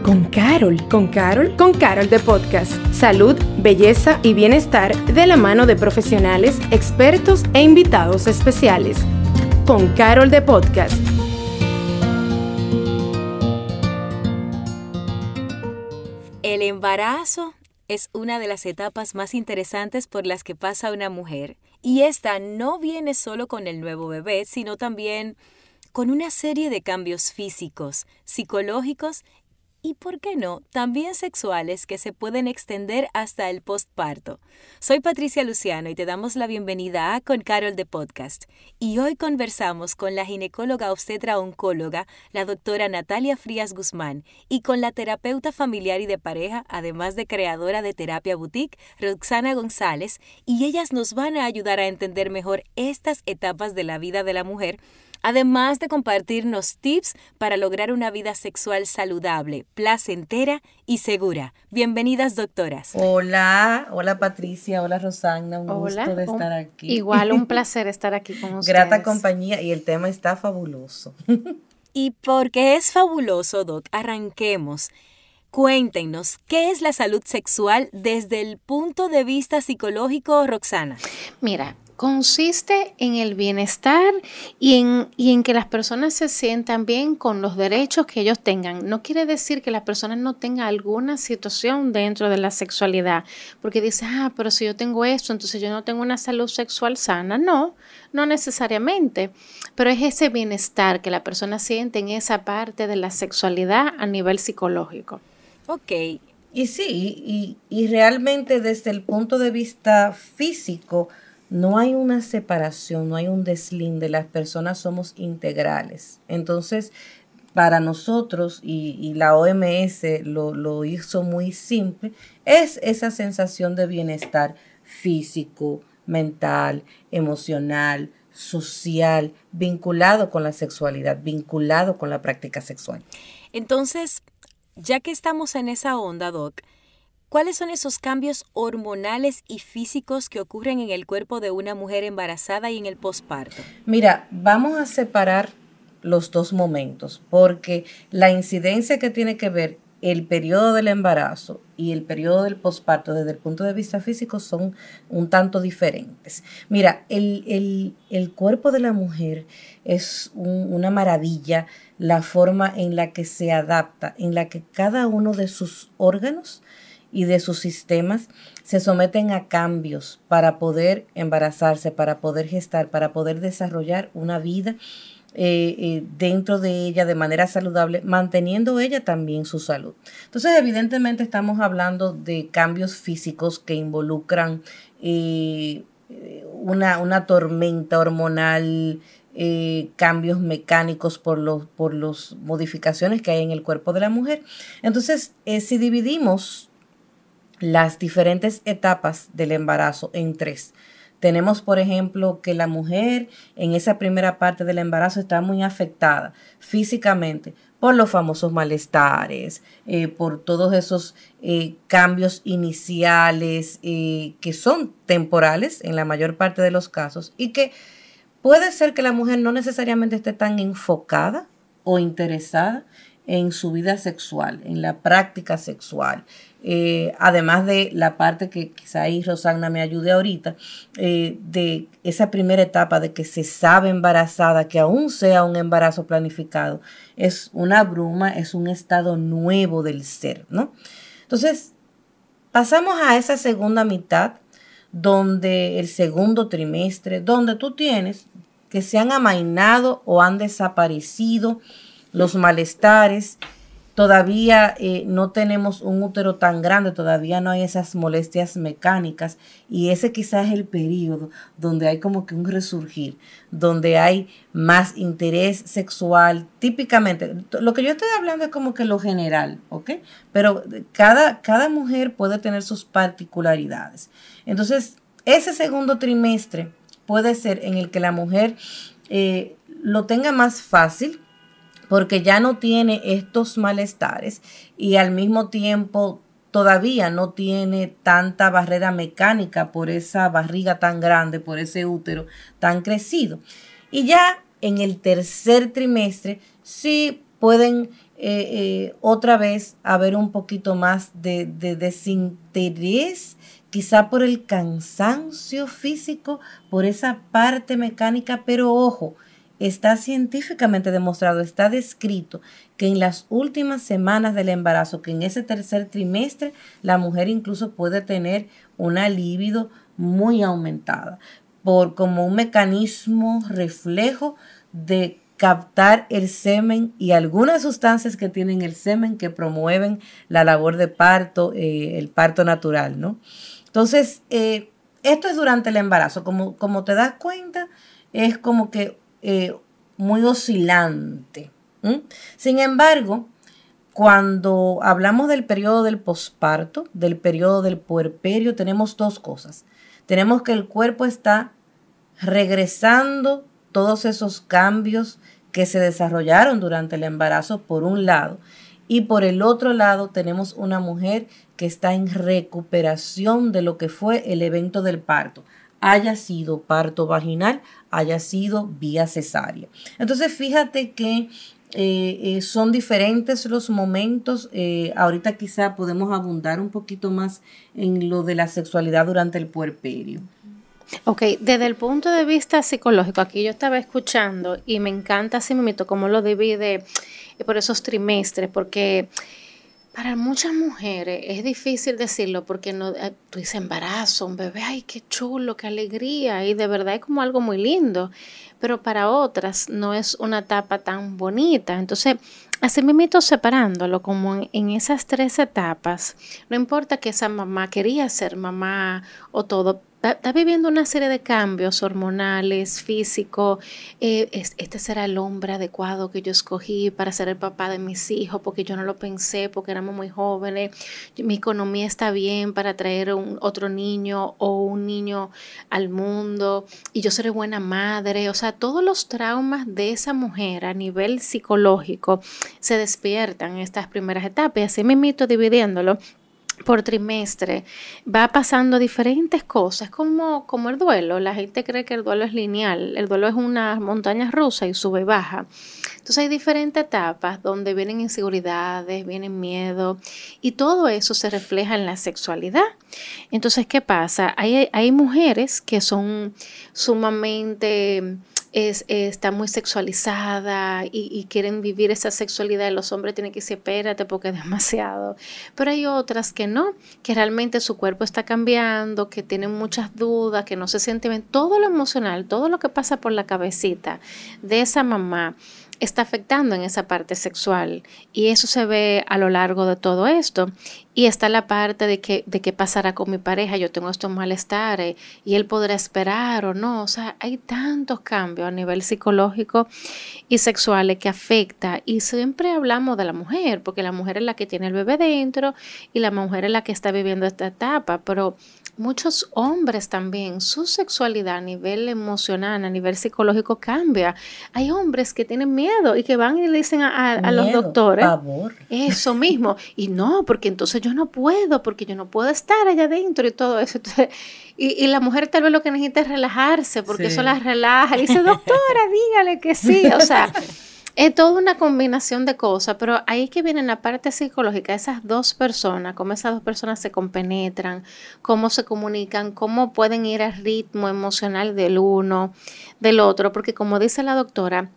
Con Carol de Podcast. Salud, belleza y bienestar de la mano de profesionales, expertos e invitados especiales. Con Carol de Podcast. El embarazo es una de las etapas más interesantes por las que pasa una mujer. Y esta no viene solo con el nuevo bebé, sino también con una serie de cambios físicos, psicológicos y, ¿por qué no?, también sexuales que se pueden extender hasta el postparto. Soy Patricia Luciano y te damos la bienvenida a Con Carol de Podcast. Y hoy conversamos con la ginecóloga obstetra oncóloga, la doctora Natalia Frías Guzmán, y con la terapeuta familiar y de pareja, además de creadora de Terapia Boutique, Roxana González, y ellas nos van a ayudar a entender mejor estas etapas de la vida de la mujer, además de compartirnos tips para lograr una vida sexual saludable, placentera y segura. Bienvenidas, doctoras. Hola Patricia, hola Rosana, gusto de estar aquí. Igual un placer estar aquí con ustedes. Grata compañía y el tema está fabuloso. Y porque es fabuloso, Doc, arranquemos. Cuéntenos, ¿qué es la salud sexual desde el punto de vista psicológico, Roxana? Mira, consiste en el bienestar y en que las personas se sientan bien con los derechos que ellos tengan. No quiere decir que las personas no tengan alguna situación dentro de la sexualidad, porque dice, pero si yo tengo esto, entonces yo no tengo una salud sexual sana. No necesariamente, pero es ese bienestar que la persona siente en esa parte de la sexualidad a nivel psicológico. Ok. Y sí, y realmente desde el punto de vista físico, no hay una separación, no hay un deslinde, las personas somos integrales. Entonces, para nosotros, y la OMS lo hizo muy simple, es esa sensación de bienestar físico, mental, emocional, social, vinculado con la sexualidad, vinculado con la práctica sexual. Entonces, ya que estamos en esa onda, Doc, ¿cuáles son esos cambios hormonales y físicos que ocurren en el cuerpo de una mujer embarazada y en el posparto? Mira, vamos a separar los dos momentos, porque la incidencia que tiene que ver el periodo del embarazo y el periodo del posparto desde el punto de vista físico son un tanto diferentes. Mira, el cuerpo de la mujer es una maravilla, la forma en la que se adapta, en la que cada uno de sus órganos y de sus sistemas se someten a cambios para poder embarazarse, para poder gestar, para poder desarrollar una vida dentro de ella de manera saludable, manteniendo ella también su salud. Entonces, evidentemente estamos hablando de cambios físicos que involucran una tormenta hormonal, cambios mecánicos por las modificaciones que hay en el cuerpo de la mujer. Entonces, si dividimos las diferentes etapas del embarazo en tres. Tenemos, por ejemplo, que la mujer en esa primera parte del embarazo está muy afectada físicamente por los famosos malestares, por todos esos cambios iniciales que son temporales en la mayor parte de los casos y que puede ser que la mujer no necesariamente esté tan enfocada o interesada en su vida sexual, en la práctica sexual. Además de la parte que quizá ahí Rosana me ayude ahorita, de esa primera etapa de que se sabe embarazada, que aún sea un embarazo planificado, es una bruma, es un estado nuevo del ser, ¿no? Entonces, pasamos a esa segunda mitad, donde el segundo trimestre, donde tú tienes que se han amainado o han desaparecido los malestares. Todavía no tenemos un útero tan grande, todavía no hay esas molestias mecánicas y ese quizás es el periodo donde hay como que un resurgir, donde hay más interés sexual, típicamente. Lo que yo estoy hablando es como que lo general, ¿ok? Pero cada mujer puede tener sus particularidades. Entonces, ese segundo trimestre puede ser en el que la mujer lo tenga más fácil, porque ya no tiene estos malestares y al mismo tiempo todavía no tiene tanta barrera mecánica por esa barriga tan grande, por ese útero tan crecido. Y ya en el tercer trimestre sí pueden otra vez haber un poquito más de desinterés, quizá por el cansancio físico, por esa parte mecánica, pero ojo, está científicamente demostrado, está descrito que en las últimas semanas del embarazo, que en ese tercer trimestre, la mujer incluso puede tener una libido muy aumentada, por como un mecanismo reflejo de captar el semen y algunas sustancias que tienen el semen que promueven la labor de parto, el parto natural, ¿no? Entonces, esto es durante el embarazo, como te das cuenta, es como que muy oscilante. Sin embargo, cuando hablamos del periodo del posparto, del periodo del puerperio, tenemos dos cosas. Tenemos que el cuerpo está regresando todos esos cambios que se desarrollaron durante el embarazo, por un lado, y por el otro lado tenemos una mujer que está en recuperación de lo que fue el evento del parto, haya sido parto vaginal, haya sido vía cesárea. Entonces, fíjate que son diferentes los momentos. Ahorita quizá podemos abundar un poquito más en lo de la sexualidad durante el puerperio. Ok, desde el punto de vista psicológico, aquí yo estaba escuchando y me encanta así mismo cómo lo divide por esos trimestres, porque para muchas mujeres es difícil decirlo porque no, tú dices embarazo, un bebé, ay, qué chulo, qué alegría, y de verdad es como algo muy lindo, pero para otras no es una etapa tan bonita. Entonces, así mismo separándolo como en esas 3 etapas, no importa que esa mamá quería ser mamá o todo, está viviendo una serie de cambios hormonales, físicos. Este será el hombre adecuado que yo escogí para ser el papá de mis hijos, porque yo no lo pensé, porque éramos muy jóvenes. Mi economía está bien para traer otro niño o un niño al mundo, y yo seré buena madre. O sea, todos los traumas de esa mujer a nivel psicológico se despiertan en estas primeras etapas, y así mismo dividiéndolo por trimestre, va pasando diferentes cosas, como el duelo. La gente cree que el duelo es lineal, el duelo es una montaña rusa y sube y baja. Entonces hay diferentes etapas donde vienen inseguridades, vienen miedo, y todo eso se refleja en la sexualidad. Entonces, ¿qué pasa? Hay mujeres que son sumamente... está muy sexualizada y quieren vivir esa sexualidad, y los hombres tienen que decir, espérate porque es demasiado. Pero hay otras que no, que realmente su cuerpo está cambiando, que tienen muchas dudas, que no se sienten bien. Todo lo emocional, todo lo que pasa por la cabecita de esa mamá está afectando en esa parte sexual, y eso se ve a lo largo de todo esto. Y está la parte de qué pasará con mi pareja, yo tengo estos malestares y él podrá esperar o no. O sea, hay tantos cambios a nivel psicológico y sexuales que afecta, y siempre hablamos de la mujer, porque la mujer es la que tiene el bebé dentro y la mujer es la que está viviendo esta etapa, pero muchos hombres también, su sexualidad a nivel emocional, a nivel psicológico cambia. Hay hombres que tienen miedo y que van y le dicen a los doctores, pavor. Eso mismo, y no, porque entonces yo no puedo, porque yo no puedo estar allá adentro y todo eso. Entonces, y la mujer tal vez lo que necesita es relajarse, porque eso la relaja. Y dice, doctora, dígale que sí. O sea, es toda una combinación de cosas, pero ahí es que viene la parte psicológica. Esas dos personas, cómo esas dos personas se compenetran, cómo se comunican, cómo pueden ir al ritmo emocional del uno, del otro, porque como dice la doctora,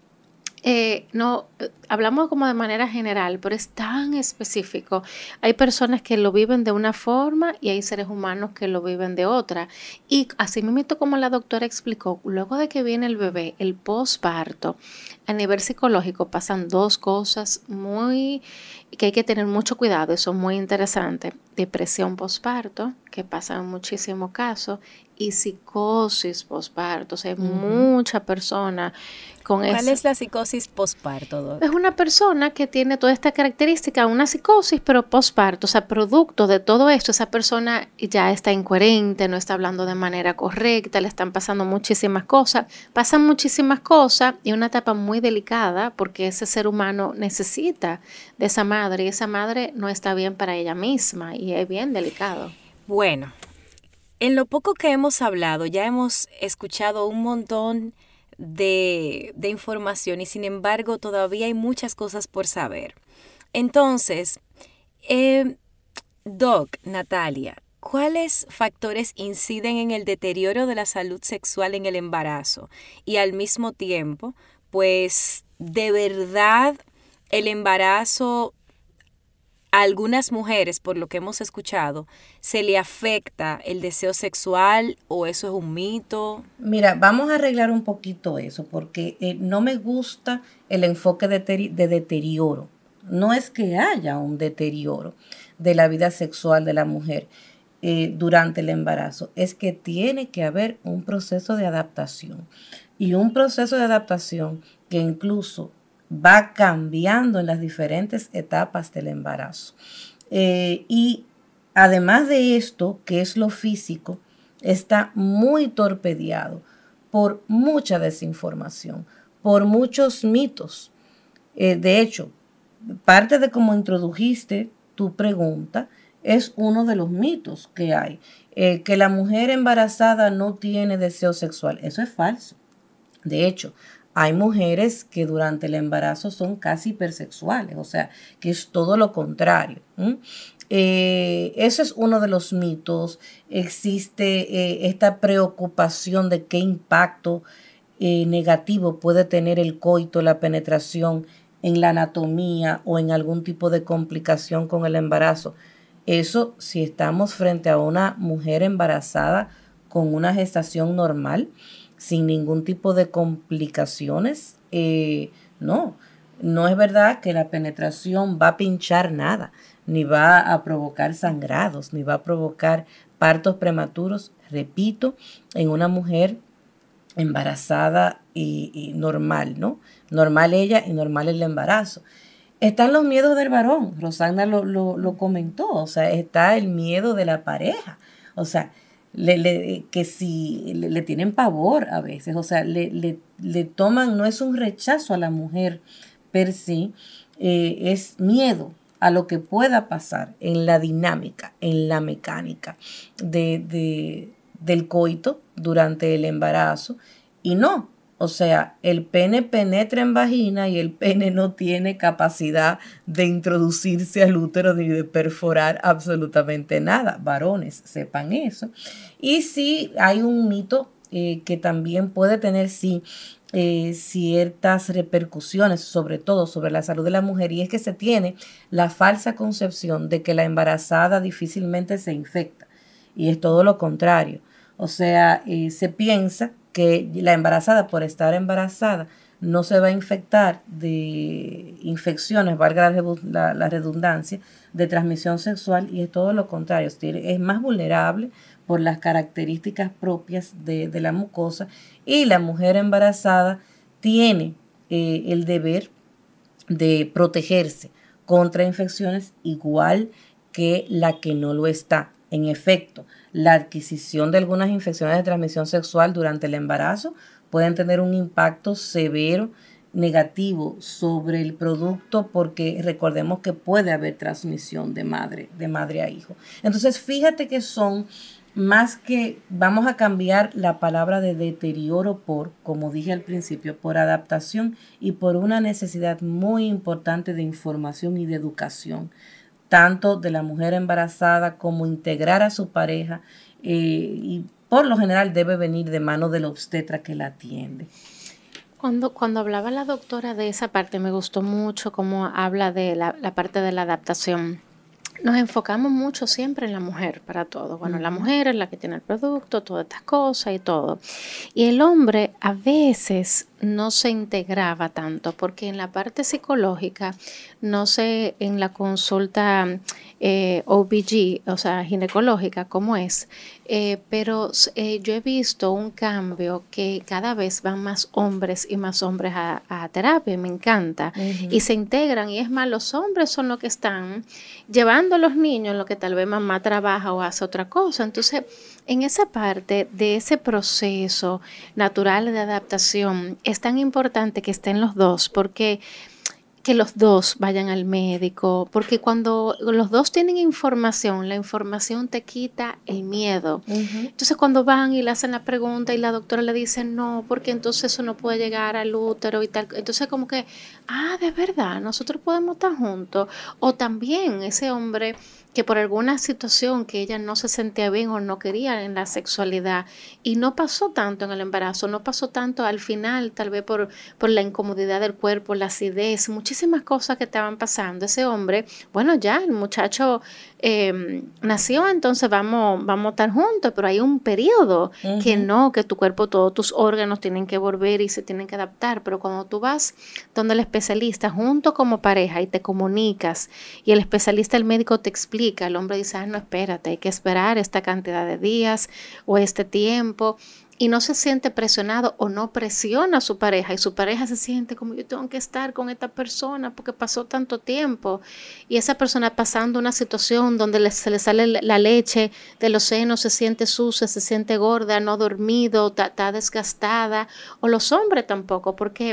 no hablamos como de manera general, pero es tan específico. Hay personas que lo viven de una forma y hay seres humanos que lo viven de otra. Y así mismo, como la doctora explicó, luego de que viene el bebé, el posparto, a nivel psicológico pasan dos cosas que hay que tener mucho cuidado y son muy interesantes. Depresión posparto, que pasa en muchísimos casos, y psicosis posparto. O sea, hay mucha persona con eso. ¿Cuál es la psicosis posparto, doctor? Es una persona que tiene toda esta característica, una psicosis, pero posparto. O sea, producto de todo esto, esa persona ya está incoherente, no está hablando de manera correcta, le están pasando muchísimas cosas. Pasan muchísimas cosas y una etapa muy delicada, porque ese ser humano necesita de esa madre, y esa madre no está bien para ella misma, y es bien delicado. Bueno, en lo poco que hemos hablado, ya hemos escuchado un montón de información y sin embargo todavía hay muchas cosas por saber. Entonces, Doc, Natalia, ¿cuáles factores inciden en el deterioro de la salud sexual en el embarazo? Y al mismo tiempo, pues, de verdad, el embarazo, a algunas mujeres, por lo que hemos escuchado, ¿se le afecta el deseo sexual o eso es un mito? Mira, vamos a arreglar un poquito eso, porque no me gusta el enfoque de deterioro. No es que haya un deterioro de la vida sexual de la mujer durante el embarazo, es que tiene que haber un proceso de adaptación y un proceso de adaptación que incluso va cambiando en las diferentes etapas del embarazo. Y además de esto, que es lo físico, está muy torpedeado por mucha desinformación, por muchos mitos. De hecho, parte de cómo introdujiste tu pregunta es uno de los mitos que hay. Que la mujer embarazada no tiene deseo sexual. Eso es falso. De hecho, hay mujeres que durante el embarazo son casi hipersexuales, o sea, que es todo lo contrario. Eso es uno de los mitos. Existe esta preocupación de qué impacto negativo puede tener el coito, la penetración en la anatomía o en algún tipo de complicación con el embarazo. Eso si estamos frente a una mujer embarazada con una gestación normal, sin ningún tipo de complicaciones, no es verdad que la penetración va a pinchar nada, ni va a provocar sangrados, ni va a provocar partos prematuros, repito, en una mujer embarazada y normal, ¿no? Normal ella y normal el embarazo. Están los miedos del varón, Rosana lo comentó, o sea, está el miedo de la pareja, o sea, que si le tienen pavor a veces, o sea, le toman, no es un rechazo a la mujer per sí, es miedo a lo que pueda pasar en la dinámica, en la mecánica del coito durante el embarazo. Y no, o sea, el pene penetra en vagina y el pene no tiene capacidad de introducirse al útero ni de perforar absolutamente nada. Varones, sepan eso. Y sí, hay un mito que también puede tener, sí, ciertas repercusiones, sobre todo sobre la salud de la mujer, y es que se tiene la falsa concepción de que la embarazada difícilmente se infecta. Y es todo lo contrario. O sea, se piensa que la embarazada, por estar embarazada, no se va a infectar de infecciones, valga la redundancia, de transmisión sexual, y es todo lo contrario, es más vulnerable por las características propias de la mucosa, y la mujer embarazada tiene el deber de protegerse contra infecciones igual que la que no lo está. En efecto, la adquisición de algunas infecciones de transmisión sexual durante el embarazo pueden tener un impacto severo negativo sobre el producto, porque recordemos que puede haber transmisión de madre a hijo. Entonces, fíjate que son más que, vamos a cambiar la palabra de deterioro por, como dije al principio, por adaptación y por una necesidad muy importante de información y de educación, tanto de la mujer embarazada como integrar a su pareja, y por lo general debe venir de mano del obstetra que la atiende. Cuando hablaba la doctora de esa parte, me gustó mucho cómo habla de la parte de la adaptación. Nos enfocamos mucho siempre en la mujer para todo. Bueno, la mujer es la que tiene el producto, todas estas cosas y todo. Y el hombre a veces no se integraba tanto, porque en la parte psicológica, no sé, en la consulta OBG, o sea, ginecológica, cómo es, pero yo he visto un cambio que cada vez van más hombres y más hombres a terapia, me encanta, y se integran, y es más, los hombres son los que están llevando a los niños, lo que tal vez mamá trabaja o hace otra cosa. Entonces, en esa parte de ese proceso natural de adaptación, es tan importante que estén los dos, porque que los dos vayan al médico, porque cuando los dos tienen información, la información te quita el miedo. Entonces cuando van y le hacen la pregunta y la doctora le dice no, porque entonces eso no puede llegar al útero y tal, entonces como que, de verdad, nosotros podemos estar juntos. O también ese hombre que por alguna situación que ella no se sentía bien o no quería en la sexualidad y no pasó tanto en el embarazo, no pasó tanto al final, tal vez por la incomodidad del cuerpo, la acidez, muchísimas cosas que estaban pasando. Ese hombre, bueno, ya el muchacho nació, entonces vamos a estar juntos, pero hay un periodo que tu cuerpo, todos tus órganos tienen que volver y se tienen que adaptar. Pero cuando tú vas donde el especialista junto como pareja y te comunicas y el especialista, el médico te explica, el hombre dice, no, espérate, hay que esperar esta cantidad de días o este tiempo. Y no se siente presionado o no presiona a su pareja y su pareja se siente como yo tengo que estar con esta persona porque pasó tanto tiempo y esa persona pasando una situación donde se le sale la leche de los senos, se siente sucia, se siente gorda, no ha dormido, está desgastada, o los hombres tampoco, porque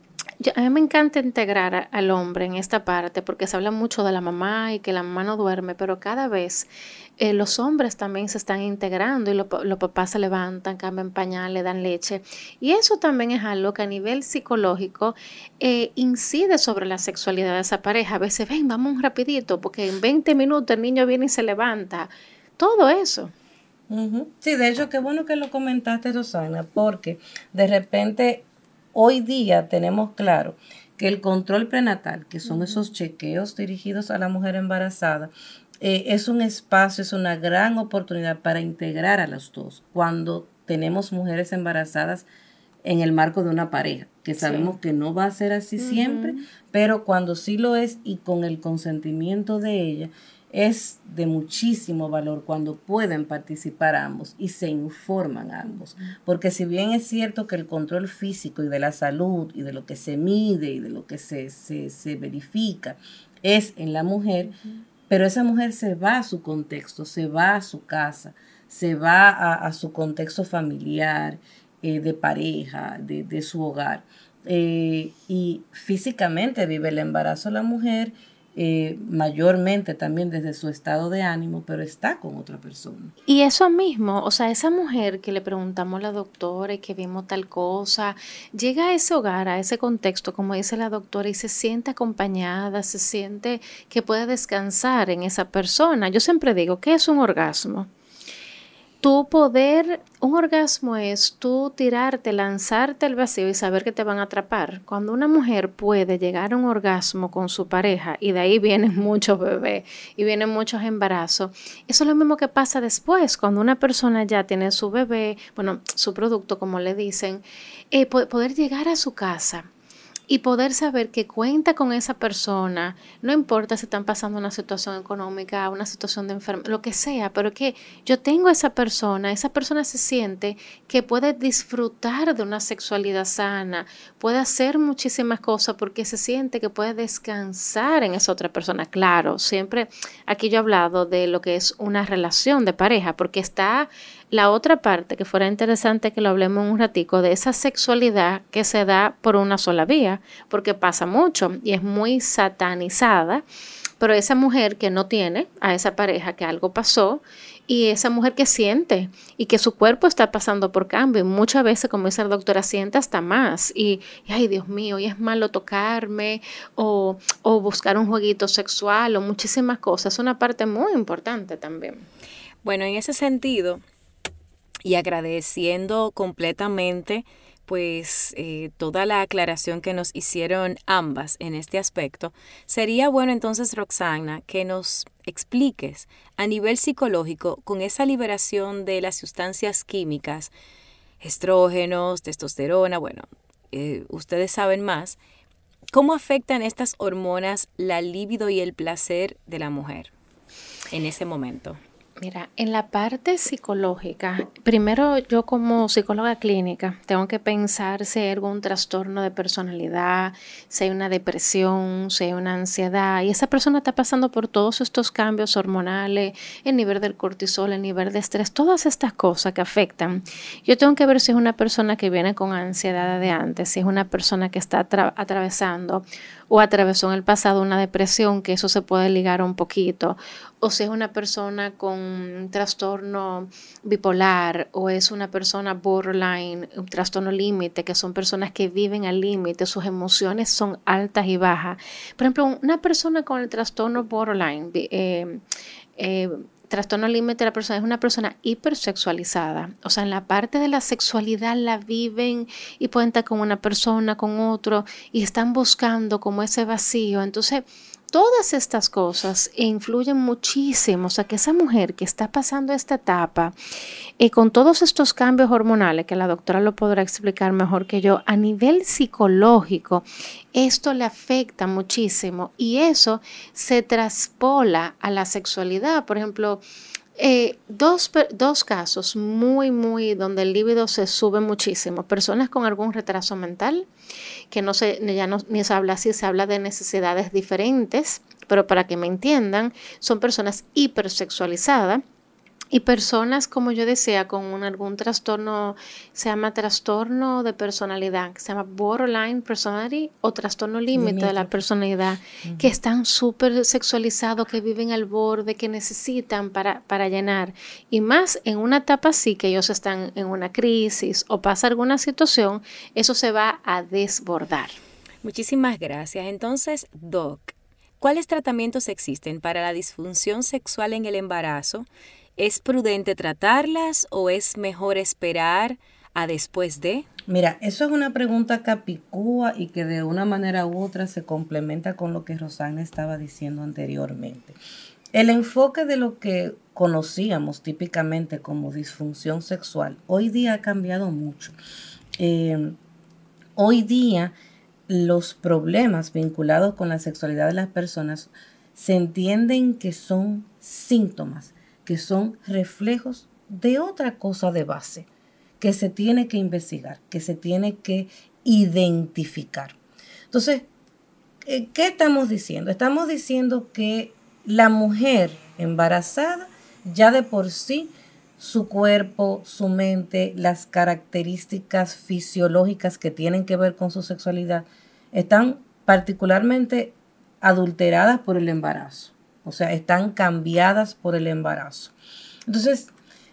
a mí me encanta integrar al hombre en esta parte porque se habla mucho de la mamá y que la mamá no duerme, pero cada vez los hombres también se están integrando y los papás se levantan, cambian pañal, le dan leche. Y eso también es algo que a nivel psicológico incide sobre la sexualidad de esa pareja. A veces, ven, vamos rapidito porque en 20 minutos el niño viene y se levanta. Todo eso. Sí, de hecho, qué bueno que lo comentaste, Rosana, porque de repente hoy día tenemos claro que el control prenatal, que son esos chequeos dirigidos a la mujer embarazada, es un espacio, es una gran oportunidad para integrar a los dos cuando tenemos mujeres embarazadas en el marco de una pareja, que sabemos que no va a ser así siempre, pero cuando sí lo es y con el consentimiento de ella, es de muchísimo valor cuando pueden participar ambos y se informan ambos. Porque si bien es cierto que el control físico y de la salud y de lo que se mide y de lo que se verifica es en la mujer, pero esa mujer se va a su contexto, se va a su casa, se va a su contexto familiar, de pareja, de su hogar. Y físicamente vive el embarazo la mujer, mayormente también desde su estado de ánimo, pero está con otra persona. Y eso mismo, o sea, esa mujer que le preguntamos a la doctora y que vimos tal cosa, llega a ese hogar, a ese contexto, como dice la doctora, y se siente acompañada, se siente que puede descansar en esa persona. Yo siempre digo, ¿qué es un orgasmo? Un orgasmo es tú tirarte, lanzarte al vacío y saber que te van a atrapar. Cuando una mujer puede llegar a un orgasmo con su pareja y de ahí vienen muchos bebés y vienen muchos embarazos, eso es lo mismo que pasa después, cuando una persona ya tiene su bebé, bueno, su producto como le dicen, poder llegar a su casa y poder saber que cuenta con esa persona, no importa si están pasando una situación económica, una situación de enfermedad, lo que sea, pero que yo tengo a esa persona se siente que puede disfrutar de una sexualidad sana, puede hacer muchísimas cosas porque se siente que puede descansar en esa otra persona. Claro, siempre aquí yo he hablado de lo que es una relación de pareja, porque está la otra parte que fuera interesante que lo hablemos un ratico de esa sexualidad que se da por una sola vía, porque pasa mucho y es muy satanizada, pero esa mujer que no tiene a esa pareja que algo pasó y esa mujer que siente y que su cuerpo está pasando por cambio y muchas veces, como dice la doctora, siente hasta más y ay Dios mío, y es malo tocarme o buscar un jueguito sexual o muchísimas cosas, es una parte muy importante también. Bueno, en ese sentido, y agradeciendo completamente pues toda la aclaración que nos hicieron ambas en este aspecto, sería bueno entonces, Roxana, que nos expliques a nivel psicológico, con esa liberación de las sustancias químicas, estrógenos, testosterona, bueno, ustedes saben más, ¿cómo afectan estas hormonas la libido y el placer de la mujer en ese momento? Mira, en la parte psicológica, primero yo como psicóloga clínica tengo que pensar si hay algún trastorno de personalidad, si hay una depresión, si hay una ansiedad y esa persona está pasando por todos estos cambios hormonales, el nivel del cortisol, el nivel de estrés, todas estas cosas que afectan. Yo tengo que ver si es una persona que viene con ansiedad de antes, si es una persona que está atravesando o atravesó en el pasado una depresión, que eso se puede ligar un poquito, o si es una persona con un trastorno bipolar, o es una persona borderline, un trastorno límite, que son personas que viven al límite, sus emociones son altas y bajas. Por ejemplo, una persona con el trastorno borderline, trastorno límite, la persona es una persona hipersexualizada, o sea, en la parte de la sexualidad la viven y pueden estar con una persona, con otro, y están buscando como ese vacío. Entonces, todas estas cosas influyen muchísimo, o sea, que esa mujer que está pasando esta etapa, con todos estos cambios hormonales, que la doctora lo podrá explicar mejor que yo, a nivel psicológico, esto le afecta muchísimo y eso se traspola a la sexualidad. Por ejemplo, dos casos muy donde el líbido se sube muchísimo. Personas con algún retraso mental, que ni se habla así, se habla de necesidades diferentes, pero para que me entiendan, son personas hipersexualizadas. Y personas, como yo decía, con algún trastorno, se llama trastorno de personalidad, que se llama borderline personality o trastorno límite de la personalidad, que están súper sexualizados, que viven al borde, que necesitan para llenar. Y más en una etapa así, que ellos están en una crisis o pasa alguna situación, eso se va a desbordar. Muchísimas gracias. Entonces, Doc, ¿cuáles tratamientos existen para la disfunción sexual en el embarazo? ¿Es prudente tratarlas o es mejor esperar a después de? Mira, eso es una pregunta capicúa y que de una manera u otra se complementa con lo que Rosana estaba diciendo anteriormente. El enfoque de lo que conocíamos típicamente como disfunción sexual hoy día ha cambiado mucho. Hoy día los problemas vinculados con la sexualidad de las personas se entienden que son síntomas, que son reflejos de otra cosa de base, que se tiene que investigar, que se tiene que identificar. Entonces, ¿qué estamos diciendo? Estamos diciendo que la mujer embarazada, ya de por sí, su cuerpo, su mente, las características fisiológicas que tienen que ver con su sexualidad, están particularmente adulteradas por el embarazo. O sea, están cambiadas por el embarazo. Entonces,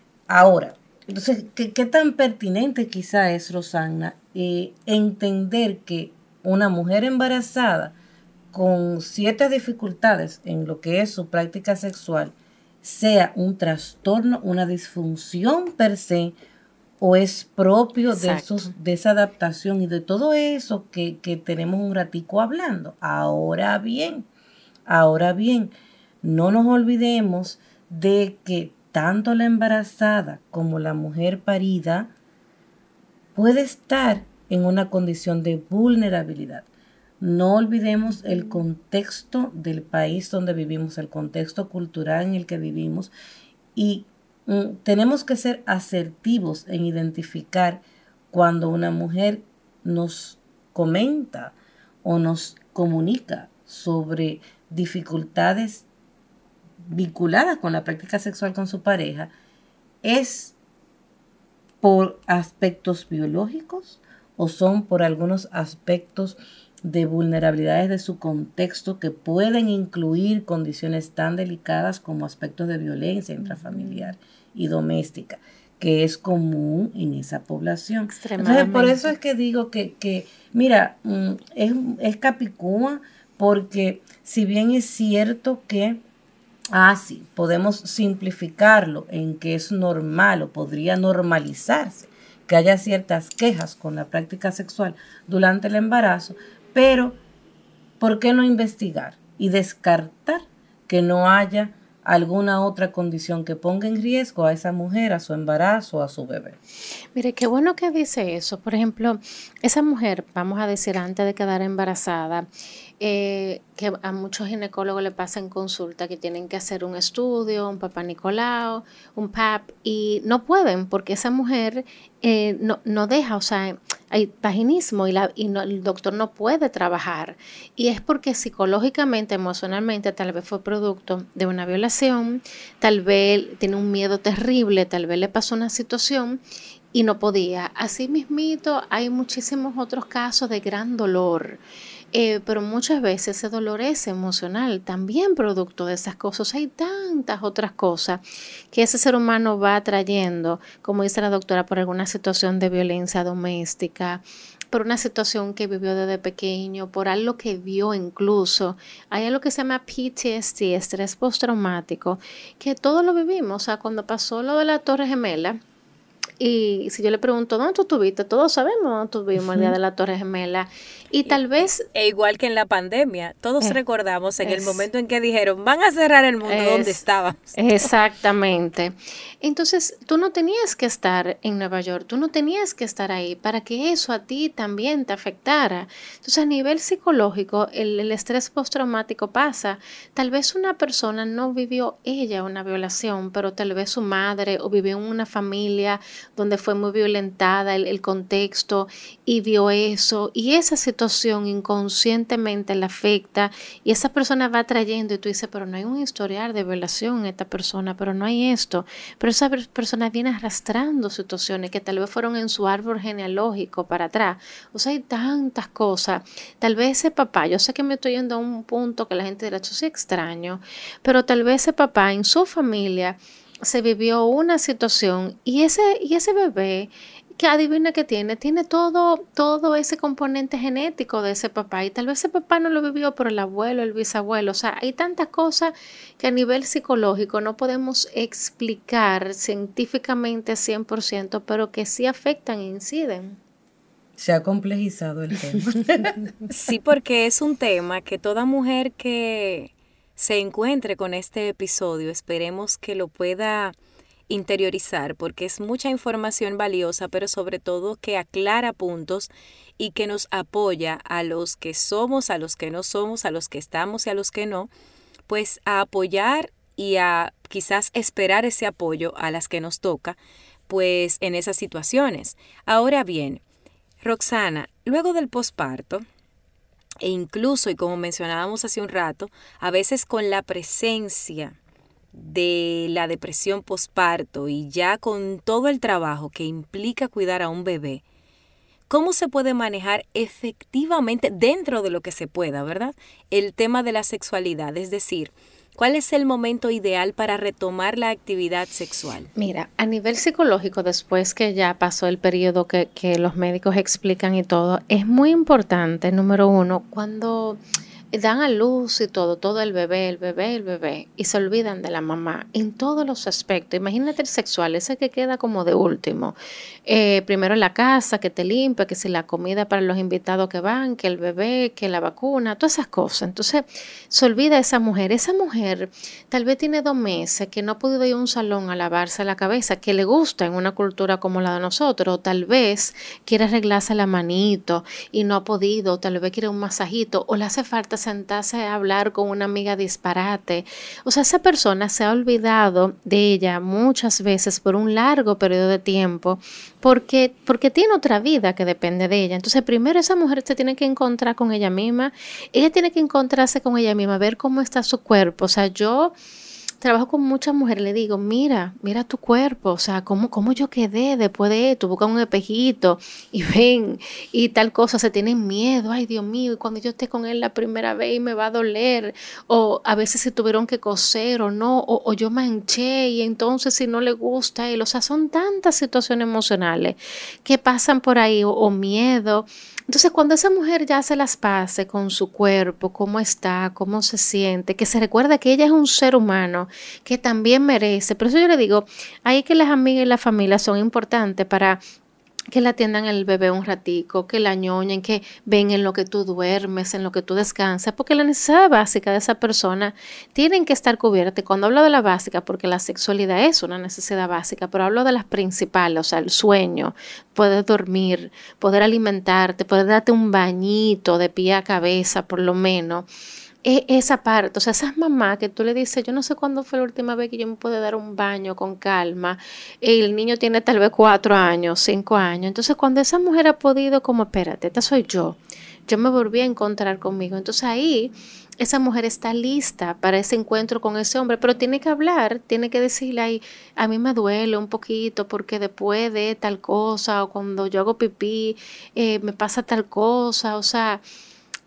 ¿qué tan pertinente quizá es, Rosana, entender que una mujer embarazada con ciertas dificultades en lo que es su práctica sexual sea un trastorno, una disfunción per se, o es propio de esa adaptación y de todo eso que tenemos un ratico hablando? Ahora bien, no nos olvidemos de que tanto la embarazada como la mujer parida puede estar en una condición de vulnerabilidad. No olvidemos el contexto del país donde vivimos, el contexto cultural en el que vivimos, y tenemos que ser asertivos en identificar cuando una mujer nos comenta o nos comunica sobre dificultades vinculadas con la práctica sexual con su pareja, es por aspectos biológicos o son por algunos aspectos de vulnerabilidades de su contexto que pueden incluir condiciones tan delicadas como aspectos de violencia intrafamiliar y doméstica, que es común en esa población. Entonces, por eso es que digo que mira, es capicúa, porque si bien es cierto que sí, podemos simplificarlo en que es normal o podría normalizarse que haya ciertas quejas con la práctica sexual durante el embarazo, pero ¿por qué no investigar y descartar que no haya alguna otra condición que ponga en riesgo a esa mujer, a su embarazo, a su bebé? Mire, qué bueno que dice eso. Por ejemplo, esa mujer, vamos a decir, antes de quedar embarazada, que a muchos ginecólogos le pasa en consulta que tienen que hacer un estudio, un Papá Nicolau, un PAP, y no pueden porque esa mujer no deja, o sea, hay vaginismo y el doctor no puede trabajar. Y es porque psicológicamente, emocionalmente, tal vez fue producto de una violación, tal vez tiene un miedo terrible, tal vez le pasó una situación y no podía. Así mismito, hay muchísimos otros casos de gran dolor. pero muchas veces ese dolor es emocional, también producto de esas cosas. Hay tantas otras cosas que ese ser humano va trayendo, como dice la doctora, por alguna situación de violencia doméstica, por una situación que vivió desde pequeño, por algo que vio incluso. Hay algo que se llama PTSD, estrés postraumático, que todos lo vivimos. O sea, cuando pasó lo de la Torre Gemela, y si yo le pregunto, ¿dónde tú estuviste? Todos sabemos dónde estuvimos el día de la Torre Gemela. Y tal vez... igual que en la pandemia, todos recordamos en el momento en que dijeron, van a cerrar el mundo, ¿dónde estábamos? Exactamente. Entonces, tú no tenías que estar en Nueva York, tú no tenías que estar ahí para que eso a ti también te afectara. Entonces, a nivel psicológico, el estrés postraumático pasa. Tal vez una persona no vivió ella una violación, pero tal vez su madre o vivió en una familia donde fue muy violentada el contexto y vio eso, y esa situación inconscientemente la afecta, y esa persona va trayendo, y tú dices, pero no hay un historial de violación en esta persona, pero no hay esto, pero esa persona viene arrastrando situaciones que tal vez fueron en su árbol genealógico para atrás. O sea, hay tantas cosas. Tal vez ese papá, yo sé que me estoy yendo a un punto que la gente dirá, esto sí extraño, pero tal vez ese papá en su familia se vivió una situación y ese bebé, que adivina que tiene todo ese componente genético de ese papá, y tal vez ese papá no lo vivió, pero el abuelo, el bisabuelo. O sea, hay tantas cosas que a nivel psicológico no podemos explicar científicamente 100%, pero que sí afectan e inciden. Se ha complejizado el tema. Sí, porque es un tema que toda mujer que se encuentre con este episodio, esperemos que lo pueda interiorizar, porque es mucha información valiosa, pero sobre todo que aclara puntos y que nos apoya a los que somos, a los que no somos, a los que estamos y a los que no, pues a apoyar y a quizás esperar ese apoyo a las que nos toca, pues en esas situaciones. Ahora bien, Roxana, luego del posparto, e incluso, y como mencionábamos hace un rato, a veces con la presencia de la depresión posparto y ya con todo el trabajo que implica cuidar a un bebé, ¿cómo se puede manejar efectivamente dentro de lo que se pueda, verdad? El tema de la sexualidad, es decir, ¿cuál es el momento ideal para retomar la actividad sexual? Mira, a nivel psicológico, después que ya pasó el periodo que los médicos explican y todo, es muy importante, número uno, cuando dan a luz y todo el bebé, y se olvidan de la mamá en todos los aspectos. Imagínate el sexual, ese que queda como de último. Primero en la casa, que te limpia, que si la comida para los invitados que van, que el bebé, que la vacuna, todas esas cosas. Entonces se olvida esa mujer. Esa mujer tal vez tiene 2 meses que no ha podido ir a un salón a lavarse la cabeza, que le gusta en una cultura como la de nosotros, o tal vez quiere arreglarse la manito y no ha podido, o tal vez quiere un masajito, o le hace falta sentarse a hablar con una amiga disparate. O sea, esa persona se ha olvidado de ella muchas veces por un largo periodo de tiempo porque tiene otra vida que depende de ella. Entonces, primero esa mujer se tiene que encontrar con ella misma, ella tiene que encontrarse con ella misma, ver cómo está su cuerpo. O sea, yo trabajo con muchas mujeres, le digo, mira tu cuerpo, o sea, cómo yo quedé después de esto, busca un espejito y ven, y tal cosa, se tienen miedo, ay Dios mío, y cuando yo esté con él la primera vez y me va a doler, o a veces se tuvieron que coser o no, o yo manché y entonces si no le gusta a él, o sea, son tantas situaciones emocionales que pasan por ahí, o miedo. Entonces, cuando esa mujer ya se las pase con su cuerpo, cómo está, cómo se siente, que se recuerda que ella es un ser humano que también merece. Por eso yo le digo, ahí que las amigas y la familia son importantes para que la atiendan el bebé un ratico, que la ñoñen, que ven en lo que tú duermes, en lo que tú descansas, porque la necesidad básica de esa persona tienen que estar cubiertas. Cuando hablo de la básica, porque la sexualidad es una necesidad básica, pero hablo de las principales, o sea, el sueño, poder dormir, poder alimentarte, poder darte un bañito de pie a cabeza, por lo menos. Esa parte, o sea, esas mamás que tú le dices, yo no sé cuándo fue la última vez que yo me pude dar un baño con calma, y el niño tiene tal vez 4 años, 5 años, entonces cuando esa mujer ha podido como, espérate, esta soy yo me volví a encontrar conmigo, entonces ahí esa mujer está lista para ese encuentro con ese hombre, pero tiene que hablar, tiene que decirle, ay, a mí me duele un poquito porque después de tal cosa, o cuando yo hago pipí, me pasa tal cosa, o sea,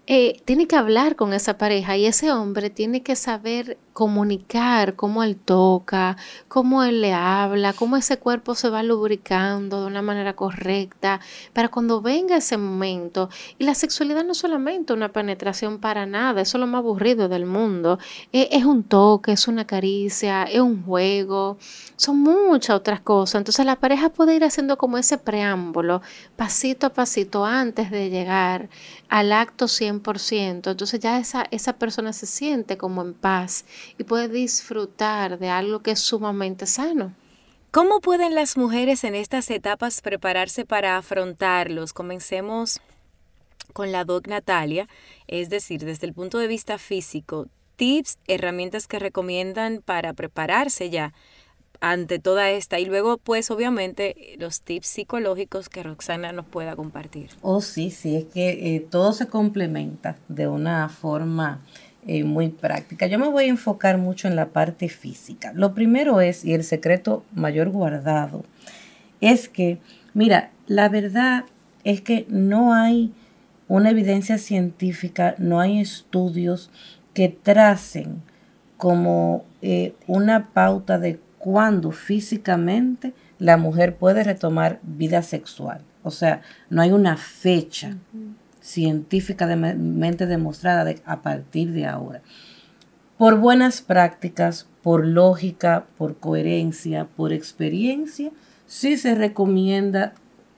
tiene que hablar con esa pareja y ese hombre tiene que saber comunicar cómo él toca, cómo él le habla, cómo ese cuerpo se va lubricando de una manera correcta para cuando venga ese momento. Y la sexualidad no es solamente una penetración para nada, eso es lo más aburrido del mundo. Es un toque, es una caricia, es un juego, son muchas otras cosas. Entonces la pareja puede ir haciendo como ese preámbulo, pasito a pasito, antes de llegar al acto 100%. Entonces ya esa persona se siente como en paz y puede disfrutar de algo que es sumamente sano. ¿Cómo pueden las mujeres en estas etapas prepararse para afrontarlos? Comencemos con la doc Natalia, es decir, desde el punto de vista físico, tips, herramientas que recomiendan para prepararse ya ante toda esta, y luego pues obviamente los tips psicológicos que Roxana nos pueda compartir. Oh, sí, es que todo se complementa de una forma muy práctica. Yo me voy a enfocar mucho en la parte física. Lo primero es, y el secreto mayor guardado, es que, mira, la verdad es que no hay una evidencia científica, no hay estudios que tracen como una pauta de cuándo físicamente la mujer puede retomar vida sexual. O sea, no hay una fecha científicamente demostrada a partir de ahora. Por buenas prácticas, por lógica, por coherencia, por experiencia, sí se recomienda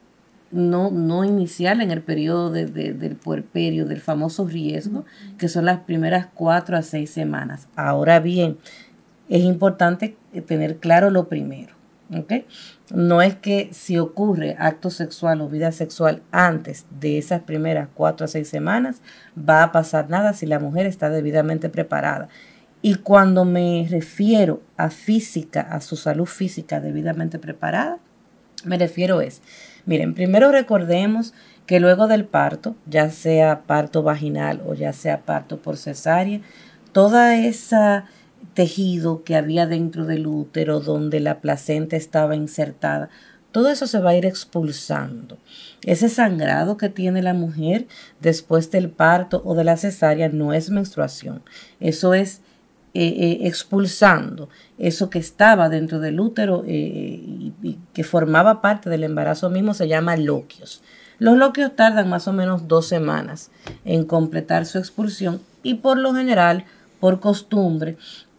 no iniciar en el periodo del puerperio, del famoso riesgo, que son las primeras 4 a 6 semanas. Ahora bien, es importante tener claro lo primero, ¿ok? No es que si ocurre acto sexual o vida sexual antes de esas primeras 4 a 6 semanas, va a pasar nada si la mujer está debidamente preparada. Y cuando me refiero a física, a su salud física debidamente preparada, me refiero miren, primero recordemos que luego del parto, ya sea parto vaginal o ya sea parto por cesárea, toda esa tejido que había dentro del útero donde la placenta estaba insertada, todo eso se va a ir expulsando. Ese sangrado que tiene la mujer después del parto o de la cesárea no es menstruación, eso es expulsando eso que estaba dentro del útero y que formaba parte del embarazo mismo, se llama loquios. Los loquios tardan más o menos 2 semanas en completar su expulsión y por lo general, por costumbre,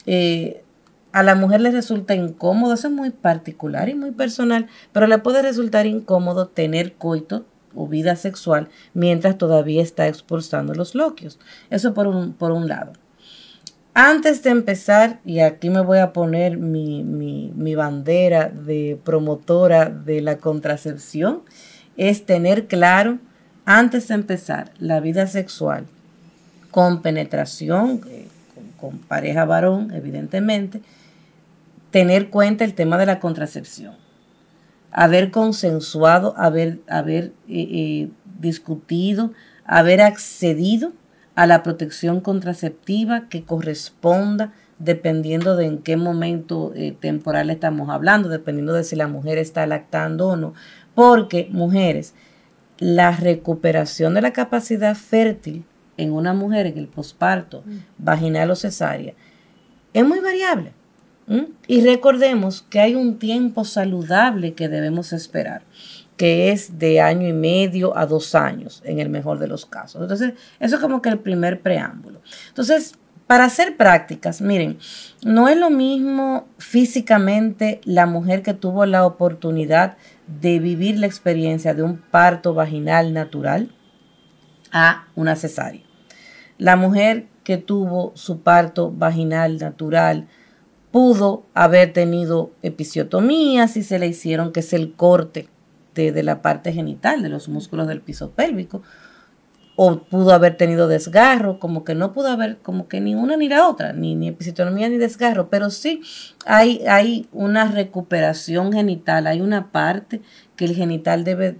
a la mujer le resulta incómodo, eso es muy particular y muy personal, pero le puede resultar incómodo tener coito o vida sexual mientras todavía está expulsando los loquios. Eso por un lado. Antes de empezar, y aquí me voy a poner mi bandera de promotora de la contracepción, es tener claro, antes de empezar la vida sexual con penetración, con pareja varón, evidentemente, tener cuenta el tema de la contracepción. Haber consensuado, haber discutido, haber accedido a la protección contraceptiva que corresponda dependiendo de en qué momento temporal estamos hablando, dependiendo de si la mujer está lactando o no. Porque, mujeres, la recuperación de la capacidad fértil en una mujer en el posparto, vaginal o cesárea, es muy variable. Y recordemos que hay un tiempo saludable que debemos esperar, que es de 1 año y medio a 2 años, en el mejor de los casos. Entonces, eso es como que el primer preámbulo. Entonces, para hacer prácticas, miren, no es lo mismo físicamente la mujer que tuvo la oportunidad de vivir la experiencia de un parto vaginal natural a una cesárea. La mujer que tuvo su parto vaginal natural pudo haber tenido episiotomía si se le hicieron, que es el corte de la parte genital, de los músculos del piso pélvico, o pudo haber tenido desgarro, como que no pudo haber, como que ni una ni la otra, ni episiotomía ni desgarro, pero sí hay una recuperación genital, hay una parte que el genital debe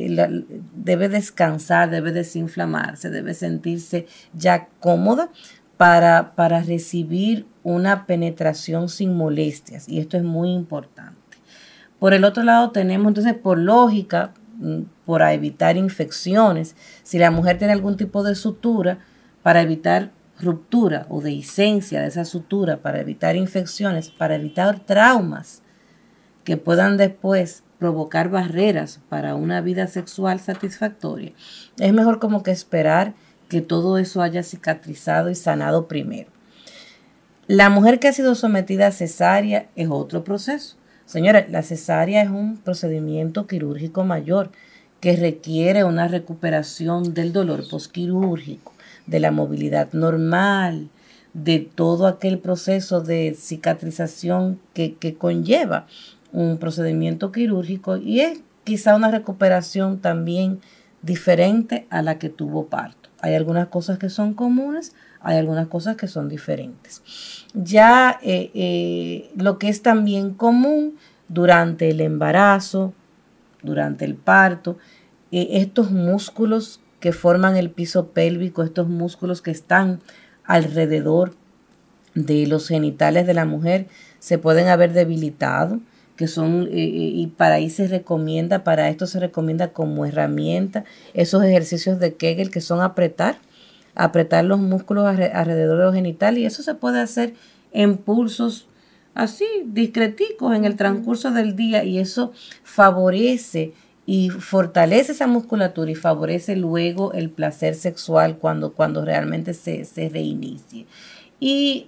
descansar, debe desinflamarse, debe sentirse ya cómoda para recibir una penetración sin molestias, y esto es muy importante. Por el otro lado tenemos, entonces, por lógica, para evitar infecciones. Si la mujer tiene algún tipo de sutura, para evitar ruptura o dehiscencia de esa sutura, para evitar infecciones, para evitar traumas que puedan después provocar barreras para una vida sexual satisfactoria, es mejor como que esperar que todo eso haya cicatrizado y sanado primero. La mujer que ha sido sometida a cesárea es otro proceso. Señora, la cesárea es un procedimiento quirúrgico mayor que requiere una recuperación del dolor posquirúrgico, de la movilidad normal, de todo aquel proceso de cicatrización que conlleva un procedimiento quirúrgico, y es quizá una recuperación también diferente a la que tuvo parto. Hay algunas cosas que son comunes, hay algunas cosas que son diferentes. Ya lo que es también común durante el embarazo, durante el parto, estos músculos que forman el piso pélvico, estos músculos que están alrededor de los genitales de la mujer, se pueden haber debilitado, que son, y para esto se recomienda como herramienta esos ejercicios de Kegel, que son apretar los músculos alrededor de los genitales, y eso se puede hacer en pulsos así, discreticos en el transcurso del día, y eso favorece y fortalece esa musculatura y favorece luego el placer sexual cuando realmente se reinicie. Y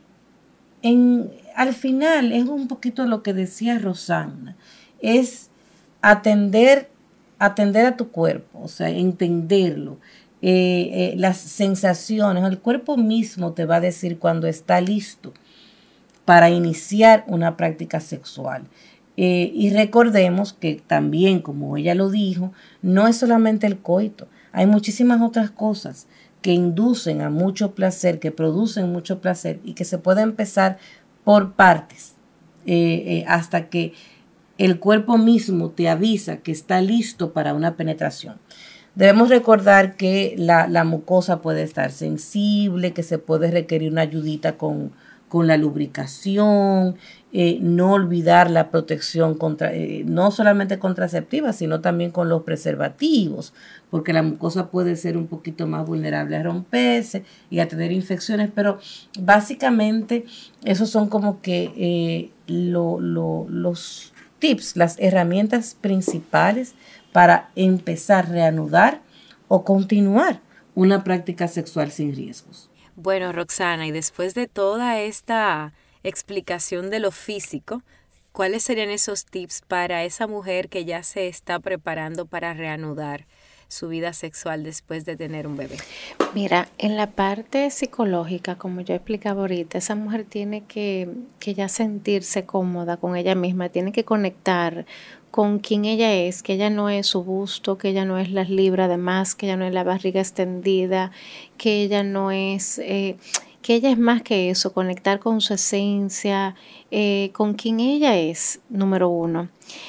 al final es un poquito lo que decía Rosana, es atender a tu cuerpo, o sea, entenderlo, las sensaciones, el cuerpo mismo te va a decir cuando está listo para iniciar una práctica sexual. Y recordemos que también, como ella lo dijo, no es solamente el coito, hay muchísimas otras cosas que inducen a mucho placer, que producen mucho placer y que se puede empezar por partes, hasta que el cuerpo mismo te avisa que está listo para una penetración. Debemos recordar que la mucosa puede estar sensible, que se puede requerir una ayudita con la lubricación, no olvidar la protección no solamente contraceptiva, sino también con los preservativos, porque la mucosa puede ser un poquito más vulnerable a romperse y a tener infecciones, pero básicamente esos son como que los tips, las herramientas principales para empezar a reanudar o continuar una práctica sexual sin riesgos. Bueno, Roxana, y después de toda esta explicación de lo físico, ¿cuáles serían esos tips para esa mujer que ya se está preparando para reanudar su vida sexual después de tener un bebé? Mira, en la parte psicológica, como yo explicaba ahorita, esa mujer tiene que ya sentirse cómoda con ella misma, tiene que conectar con quien ella es, que ella no es su busto, que ella no es las libras de más, que ella no es la barriga extendida, que ella no es, que ella es más que eso, conectar con su esencia, con quien ella es, número uno.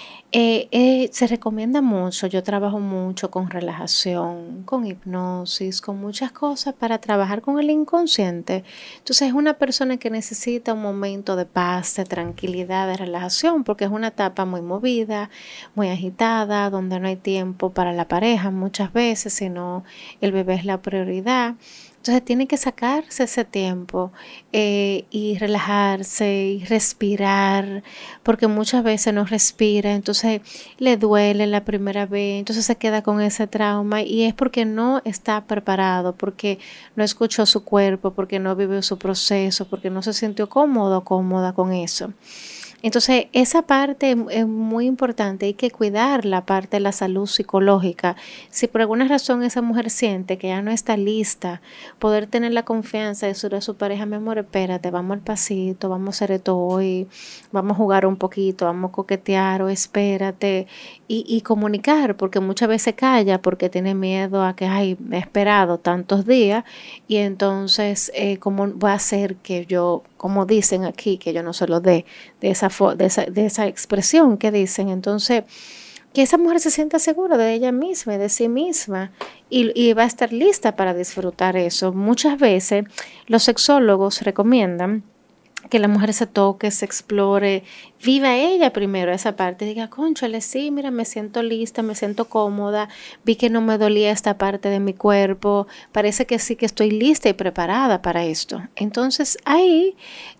Se recomienda mucho, yo trabajo mucho con relajación, con hipnosis, con muchas cosas para trabajar con el inconsciente. Entonces es una persona que necesita un momento de paz, de tranquilidad, de relajación, porque es una etapa muy movida, muy agitada, donde no hay tiempo para la pareja muchas veces, sino el bebé es la prioridad. Entonces tiene que sacarse ese tiempo y relajarse y respirar, porque muchas veces no respira, entonces le duele la primera vez, entonces se queda con ese trauma y es porque no está preparado, porque no escuchó su cuerpo, porque no vivió su proceso, porque no se sintió cómodo o cómoda con eso. Entonces, esa parte es muy importante, hay que cuidar la parte de la salud psicológica. Si por alguna razón esa mujer siente que ya no está lista, poder tener la confianza de decirle a su pareja, mi amor, espérate, vamos al pasito, vamos a hacer esto hoy, vamos a jugar un poquito, vamos a coquetear o espérate y comunicar, porque muchas veces calla porque tiene miedo a que, ay, me he esperado tantos días y entonces, ¿cómo voy a hacer que yo, como dicen aquí, que yo no se lo dé de esa expresión que dicen? Entonces, que esa mujer se sienta segura de ella misma, de sí misma y va a estar lista para disfrutar eso. Muchas veces los sexólogos recomiendan que la mujer se toque, se explore, viva ella primero esa parte, diga, cónchale, sí, mira, me siento lista, me siento cómoda, vi que no me dolía esta parte de mi cuerpo, parece que sí que estoy lista y preparada para esto. Entonces ahí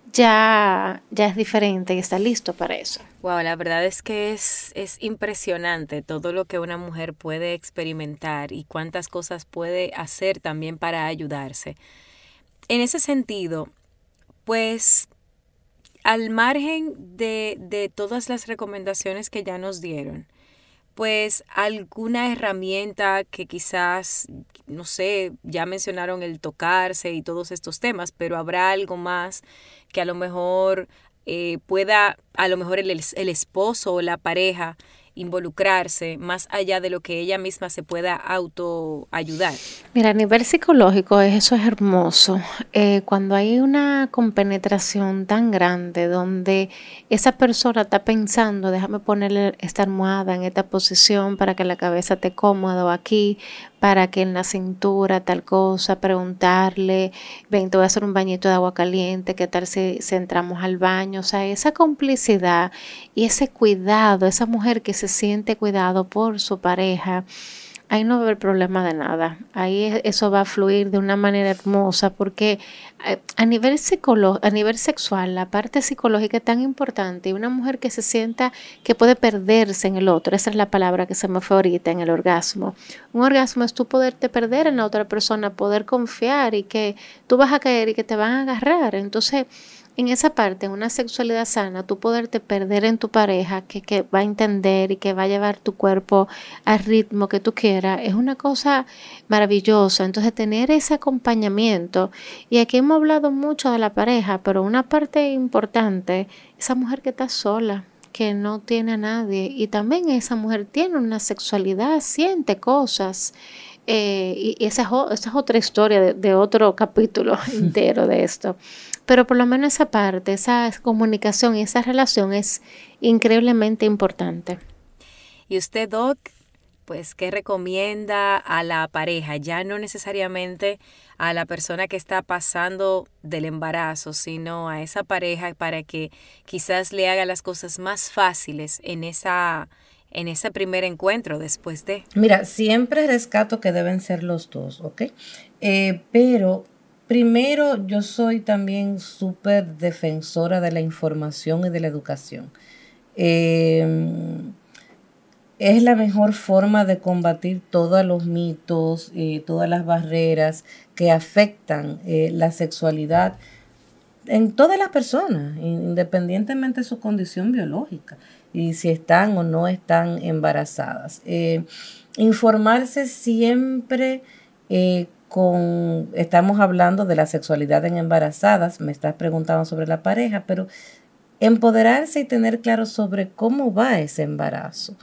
ya es diferente y está listo para eso. Wow, la verdad es que es impresionante todo lo que una mujer puede experimentar y cuántas cosas puede hacer también para ayudarse. En ese sentido, pues al margen de todas las recomendaciones que ya nos dieron, pues alguna herramienta que quizás, no sé, ya mencionaron el tocarse y todos estos temas, pero habrá algo más que a lo mejor pueda, a lo mejor el esposo o la pareja involucrarse más allá de lo que ella misma se pueda autoayudar. Mira, a nivel psicológico eso es hermoso. Cuando hay una compenetración tan grande donde esa persona está pensando, déjame ponerle esta almohada en esta posición para que la cabeza esté cómoda o aquí, para que en la cintura tal cosa, preguntarle, ven, te voy a hacer un bañito de agua caliente, ¿qué tal si entramos al baño? O sea, esa complicidad y ese cuidado, esa mujer que se siente cuidado por su pareja, ahí no va a haber problema de nada. Ahí eso va a fluir de una manera hermosa porque a nivel sexual, la parte psicológica es tan importante. Y una mujer que se sienta que puede perderse en el otro, esa es la palabra que se me fue ahorita, en el orgasmo. Un orgasmo es tú poderte perder en la otra persona, poder confiar y que tú vas a caer y que te van a agarrar. Entonces, en esa parte, en una sexualidad sana, tú poderte perder en tu pareja, que va a entender y que va a llevar tu cuerpo al ritmo que tú quieras, es una cosa maravillosa. Entonces, tener ese acompañamiento, y aquí hemos hablado mucho de la pareja, pero una parte importante, esa mujer que está sola, que no tiene a nadie, y también esa mujer tiene una sexualidad, siente cosas, y esa es otra historia de otro capítulo entero de esto. Pero por lo menos esa parte, esa comunicación y esa relación es increíblemente importante. ¿Y usted, Doc, pues qué recomienda a la pareja? Ya no necesariamente a la persona que está pasando del embarazo, sino a esa pareja para que quizás le haga las cosas más fáciles en ese primer encuentro después de. Mira, siempre rescato que deben ser los dos, ¿ok? Pero primero, yo soy también súper defensora de la información y de la educación. Es la mejor forma de combatir todos los mitos, todas las barreras que afectan la sexualidad en todas las personas, independientemente de su condición biológica y si están o no están embarazadas. Informarse siempre estamos hablando de la sexualidad en embarazadas, me estás preguntando sobre la pareja, pero empoderarse y tener claro sobre cómo va ese embarazo,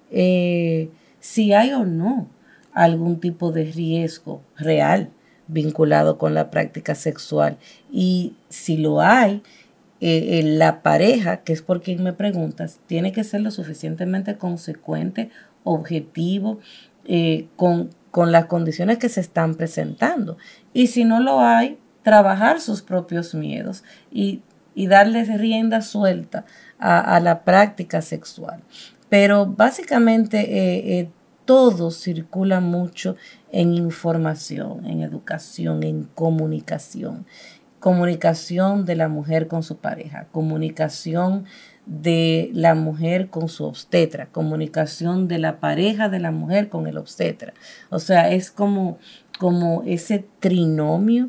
si hay o no algún tipo de riesgo real vinculado con la práctica sexual, y si lo hay, la pareja, que es por quien me preguntas, tiene que ser lo suficientemente consecuente, objetivo, con las condiciones que se están presentando. Y si no lo hay, trabajar sus propios miedos y darles rienda suelta a la práctica sexual. Pero básicamente todo circula mucho en información, en educación, en comunicación. Comunicación de la mujer con su pareja, comunicación de la mujer con su obstetra, comunicación de la pareja de la mujer con el obstetra. O sea, es como ese trinomio,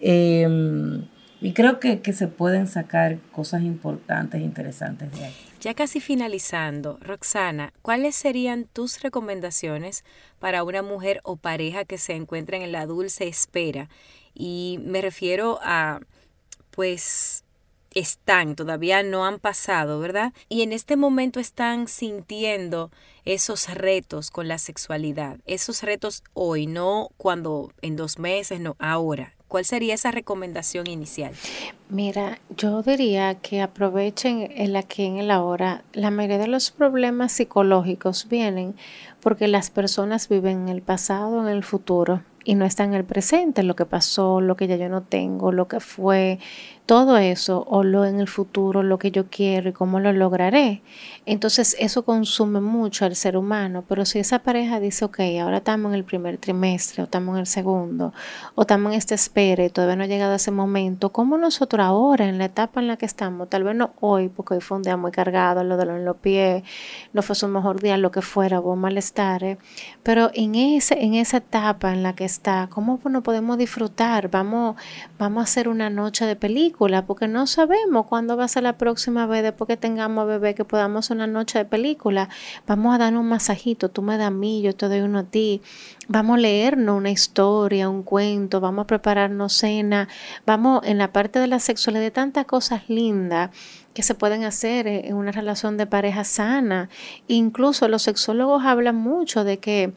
y creo que se pueden sacar cosas importantes e interesantes de ahí. Ya casi finalizando, Roxana, ¿cuáles serían tus recomendaciones para una mujer o pareja que se encuentren en la dulce espera? Y me refiero a, pues, todavía no han pasado, ¿verdad? Y en este momento están sintiendo esos retos con la sexualidad, esos retos hoy, no cuando en 2 meses, no, ahora. ¿Cuál sería esa recomendación inicial? Mira, yo diría que aprovechen el aquí en el ahora. La mayoría de los problemas psicológicos vienen porque las personas viven en el pasado, en el futuro, y no están en el presente, lo que pasó, lo que ya yo no tengo, lo que fue, todo eso o lo en el futuro, lo que yo quiero y cómo lo lograré. Entonces eso consume mucho al ser humano, pero si esa pareja dice, ok, ahora estamos en el primer trimestre o estamos en el segundo o estamos en esta espera y todavía no ha llegado ese momento, ¿cómo nosotros ahora en la etapa en la que estamos, tal vez no hoy, porque hoy fue un día muy cargado, lo dolor en los pies, no fue su mejor día, lo que fuera, hubo malestares, pero en esa etapa en la que está, ¿cómo no podemos disfrutar? Vamos a hacer una noche de película, porque no sabemos cuándo va a ser la próxima vez después que tengamos bebé que podamos hacer una noche de película. Vamos a darnos un masajito, tú me das a mí, yo te doy uno a ti. Vamos a leernos una historia, un cuento, vamos a prepararnos cena, vamos en la parte de la sexualidad, de tantas cosas lindas que se pueden hacer en una relación de pareja sana. Incluso los sexólogos hablan mucho de que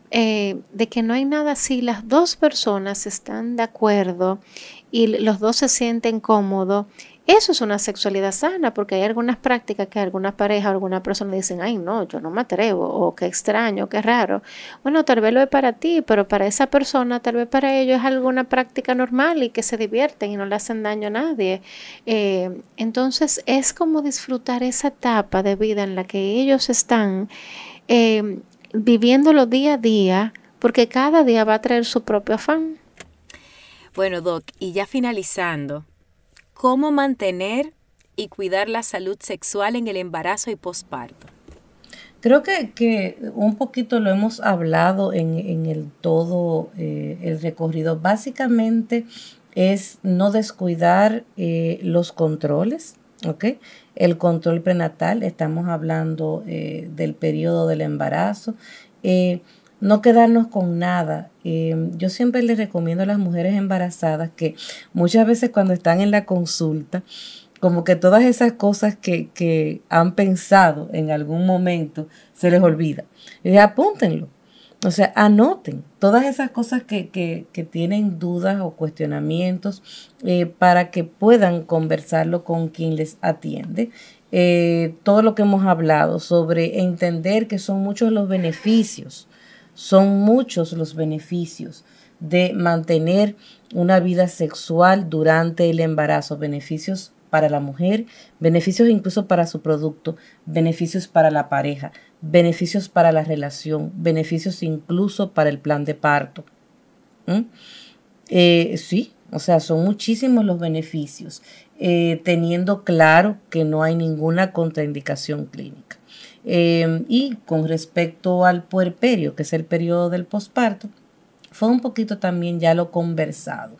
no hay nada si las dos personas están de acuerdo y los dos se sienten cómodos. Eso es una sexualidad sana, porque hay algunas prácticas que algunas parejas o algunas personas dicen, ay no, yo no me atrevo, o qué extraño, qué raro. Bueno, tal vez lo es para ti, pero para esa persona, tal vez para ellos es alguna práctica normal y que se divierten y no le hacen daño a nadie. Entonces es como disfrutar esa etapa de vida en la que ellos están viviéndolo día a día, porque cada día va a traer su propio afán. Bueno, Doc, y ya finalizando, ¿cómo mantener y cuidar la salud sexual en el embarazo y posparto? Creo que un poquito lo hemos hablado en el todo el recorrido. Básicamente es no descuidar los controles, ¿ok? El control prenatal, estamos hablando del periodo del embarazo. No quedarnos con nada. Yo siempre les recomiendo a las mujeres embarazadas que muchas veces cuando están en la consulta, como que todas esas cosas que han pensado en algún momento se les olvida. Y apúntenlo. O sea, anoten todas esas cosas que tienen dudas o cuestionamientos para que puedan conversarlo con quien les atiende. Todo lo que hemos hablado sobre entender que son muchos los beneficios de mantener una vida sexual durante el embarazo, beneficios para la mujer, beneficios incluso para su producto, beneficios para la pareja, beneficios para la relación, beneficios incluso para el plan de parto. Sí, o sea, son muchísimos los beneficios, teniendo claro que no hay ninguna contraindicación clínica. Y con respecto al puerperio, que es el periodo del posparto, fue un poquito también ya lo conversado.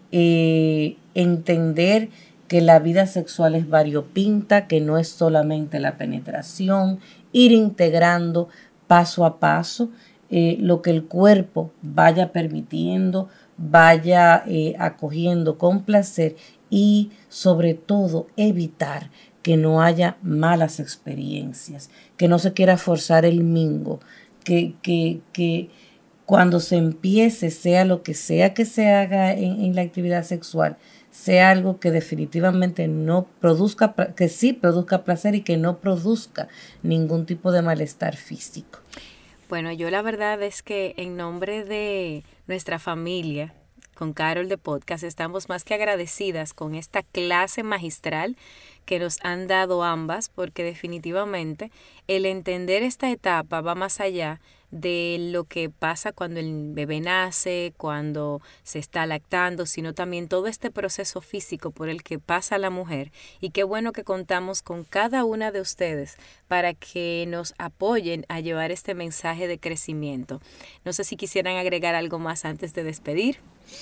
Entender que la vida sexual es variopinta, que no es solamente la penetración, ir integrando paso a paso lo que el cuerpo vaya permitiendo, vaya acogiendo con placer y sobre todo evitar que no haya malas experiencias, que no se quiera forzar el mingo, que cuando se empiece, sea lo que sea que se haga en la actividad sexual, sea algo que definitivamente no produzca, que sí produzca placer y que no produzca ningún tipo de malestar físico. Bueno, yo la verdad es que en nombre de nuestra familia, con Carol de Podcast, estamos más que agradecidas con esta clase magistral que nos han dado ambas, porque definitivamente el entender esta etapa va más allá de lo que pasa cuando el bebé nace, cuando se está lactando, sino también todo este proceso físico por el que pasa la mujer. Y qué bueno que contamos con cada una de ustedes para que nos apoyen a llevar este mensaje de crecimiento. No sé si quisieran agregar algo más antes de despedir.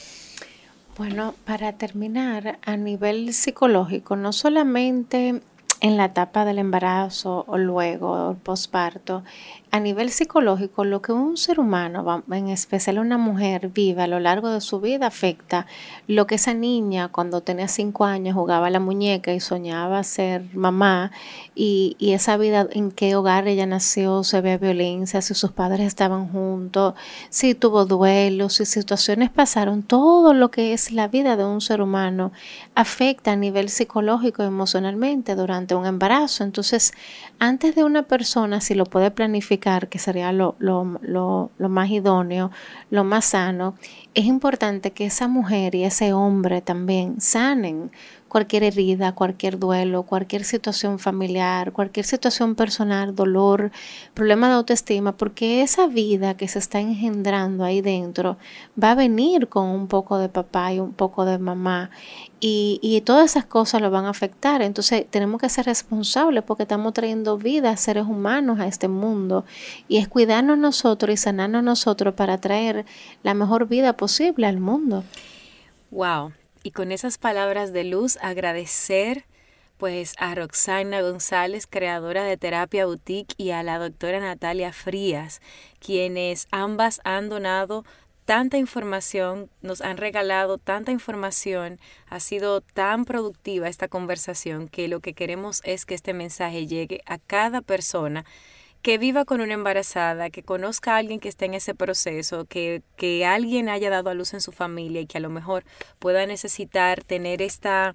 Bueno, para terminar, a nivel psicológico, no solamente en la etapa del embarazo o luego el posparto, a nivel psicológico, lo que un ser humano, en especial una mujer, vive a lo largo de su vida afecta lo que esa niña cuando tenía 5 años jugaba a la muñeca y soñaba ser mamá, y esa vida, en qué hogar ella nació, si había violencia, si sus padres estaban juntos, si tuvo duelos, si situaciones pasaron, todo lo que es la vida de un ser humano afecta a nivel psicológico y emocionalmente durante un embarazo. Entonces, antes de una persona, si lo puede planificar, que sería lo más idóneo, lo más sano, es importante que esa mujer y ese hombre también sanen cualquier herida, cualquier duelo, cualquier situación familiar, cualquier situación personal, dolor, problema de autoestima, porque esa vida que se está engendrando ahí dentro va a venir con un poco de papá y un poco de mamá, y todas esas cosas lo van a afectar. Entonces tenemos que ser responsables porque estamos trayendo vida a seres humanos a este mundo, y es cuidarnos nosotros y sanarnos nosotros para traer la mejor vida posible al mundo. Wow. Y con esas palabras de luz, agradecer pues a Roxana González, creadora de Terapia Boutique, y a la doctora Natalia Frías, quienes ambas han donado tanta información, nos han regalado tanta información. Ha sido tan productiva esta conversación que lo que queremos es que este mensaje llegue a cada persona que viva con una embarazada, que conozca a alguien que esté en ese proceso, que alguien haya dado a luz en su familia y que a lo mejor pueda necesitar tener esta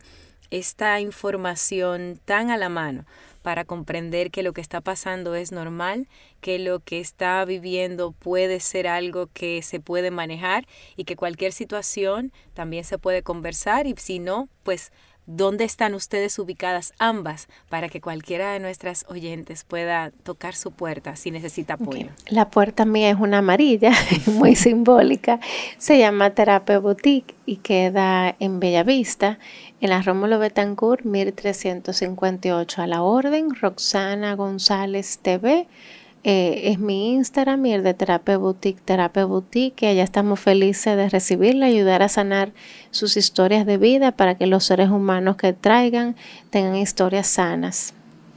información tan a la mano para comprender que lo que está pasando es normal, que lo que está viviendo puede ser algo que se puede manejar y que cualquier situación también se puede conversar, y si no, pues ¿dónde están ustedes ubicadas ambas para que cualquiera de nuestras oyentes pueda tocar su puerta si necesita apoyo? Okay. La puerta mía es una amarilla, muy simbólica. Se llama Terapia Boutique y queda en Bellavista, en la Rómulo Betancourt, 1358, a la orden. Roxana González TV. Es mi Instagram, y el de Terapia Boutique, que allá estamos felices de recibirla, ayudar a sanar sus historias de vida para que los seres humanos que traigan tengan historias sanas.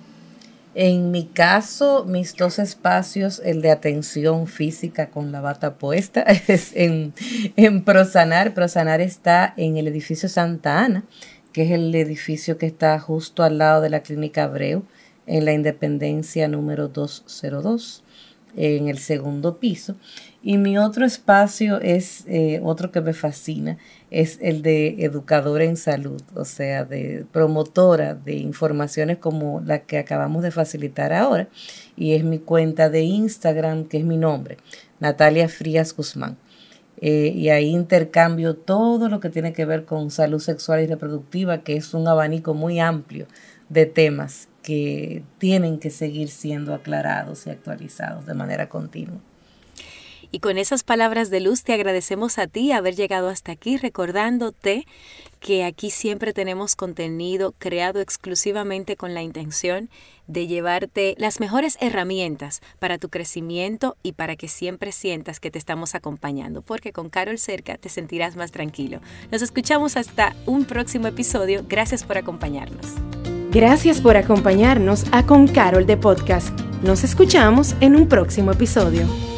En mi caso, mis dos espacios, el de atención física con la bata puesta, es en Prosanar. Prosanar está en el edificio Santa Ana, que es el edificio que está justo al lado de la Clínica Abreu, en la Independencia número 202, en el segundo piso. Y mi otro espacio es otro que me fascina, es el de educadora en salud, o sea, de promotora de informaciones como la que acabamos de facilitar ahora, y es mi cuenta de Instagram, que es mi nombre, Natalia Frías Guzmán. Y ahí intercambio todo lo que tiene que ver con salud sexual y reproductiva, que es un abanico muy amplio de temas que tienen que seguir siendo aclarados y actualizados de manera continua. Y con esas palabras de luz te agradecemos a ti haber llegado hasta aquí, recordándote que aquí siempre tenemos contenido creado exclusivamente con la intención de llevarte las mejores herramientas para tu crecimiento y para que siempre sientas que te estamos acompañando, porque con Carol cerca te sentirás más tranquilo. Nos escuchamos hasta un próximo episodio. Gracias por acompañarnos. Gracias por acompañarnos a Con Carol de Podcast. Nos escuchamos en un próximo episodio.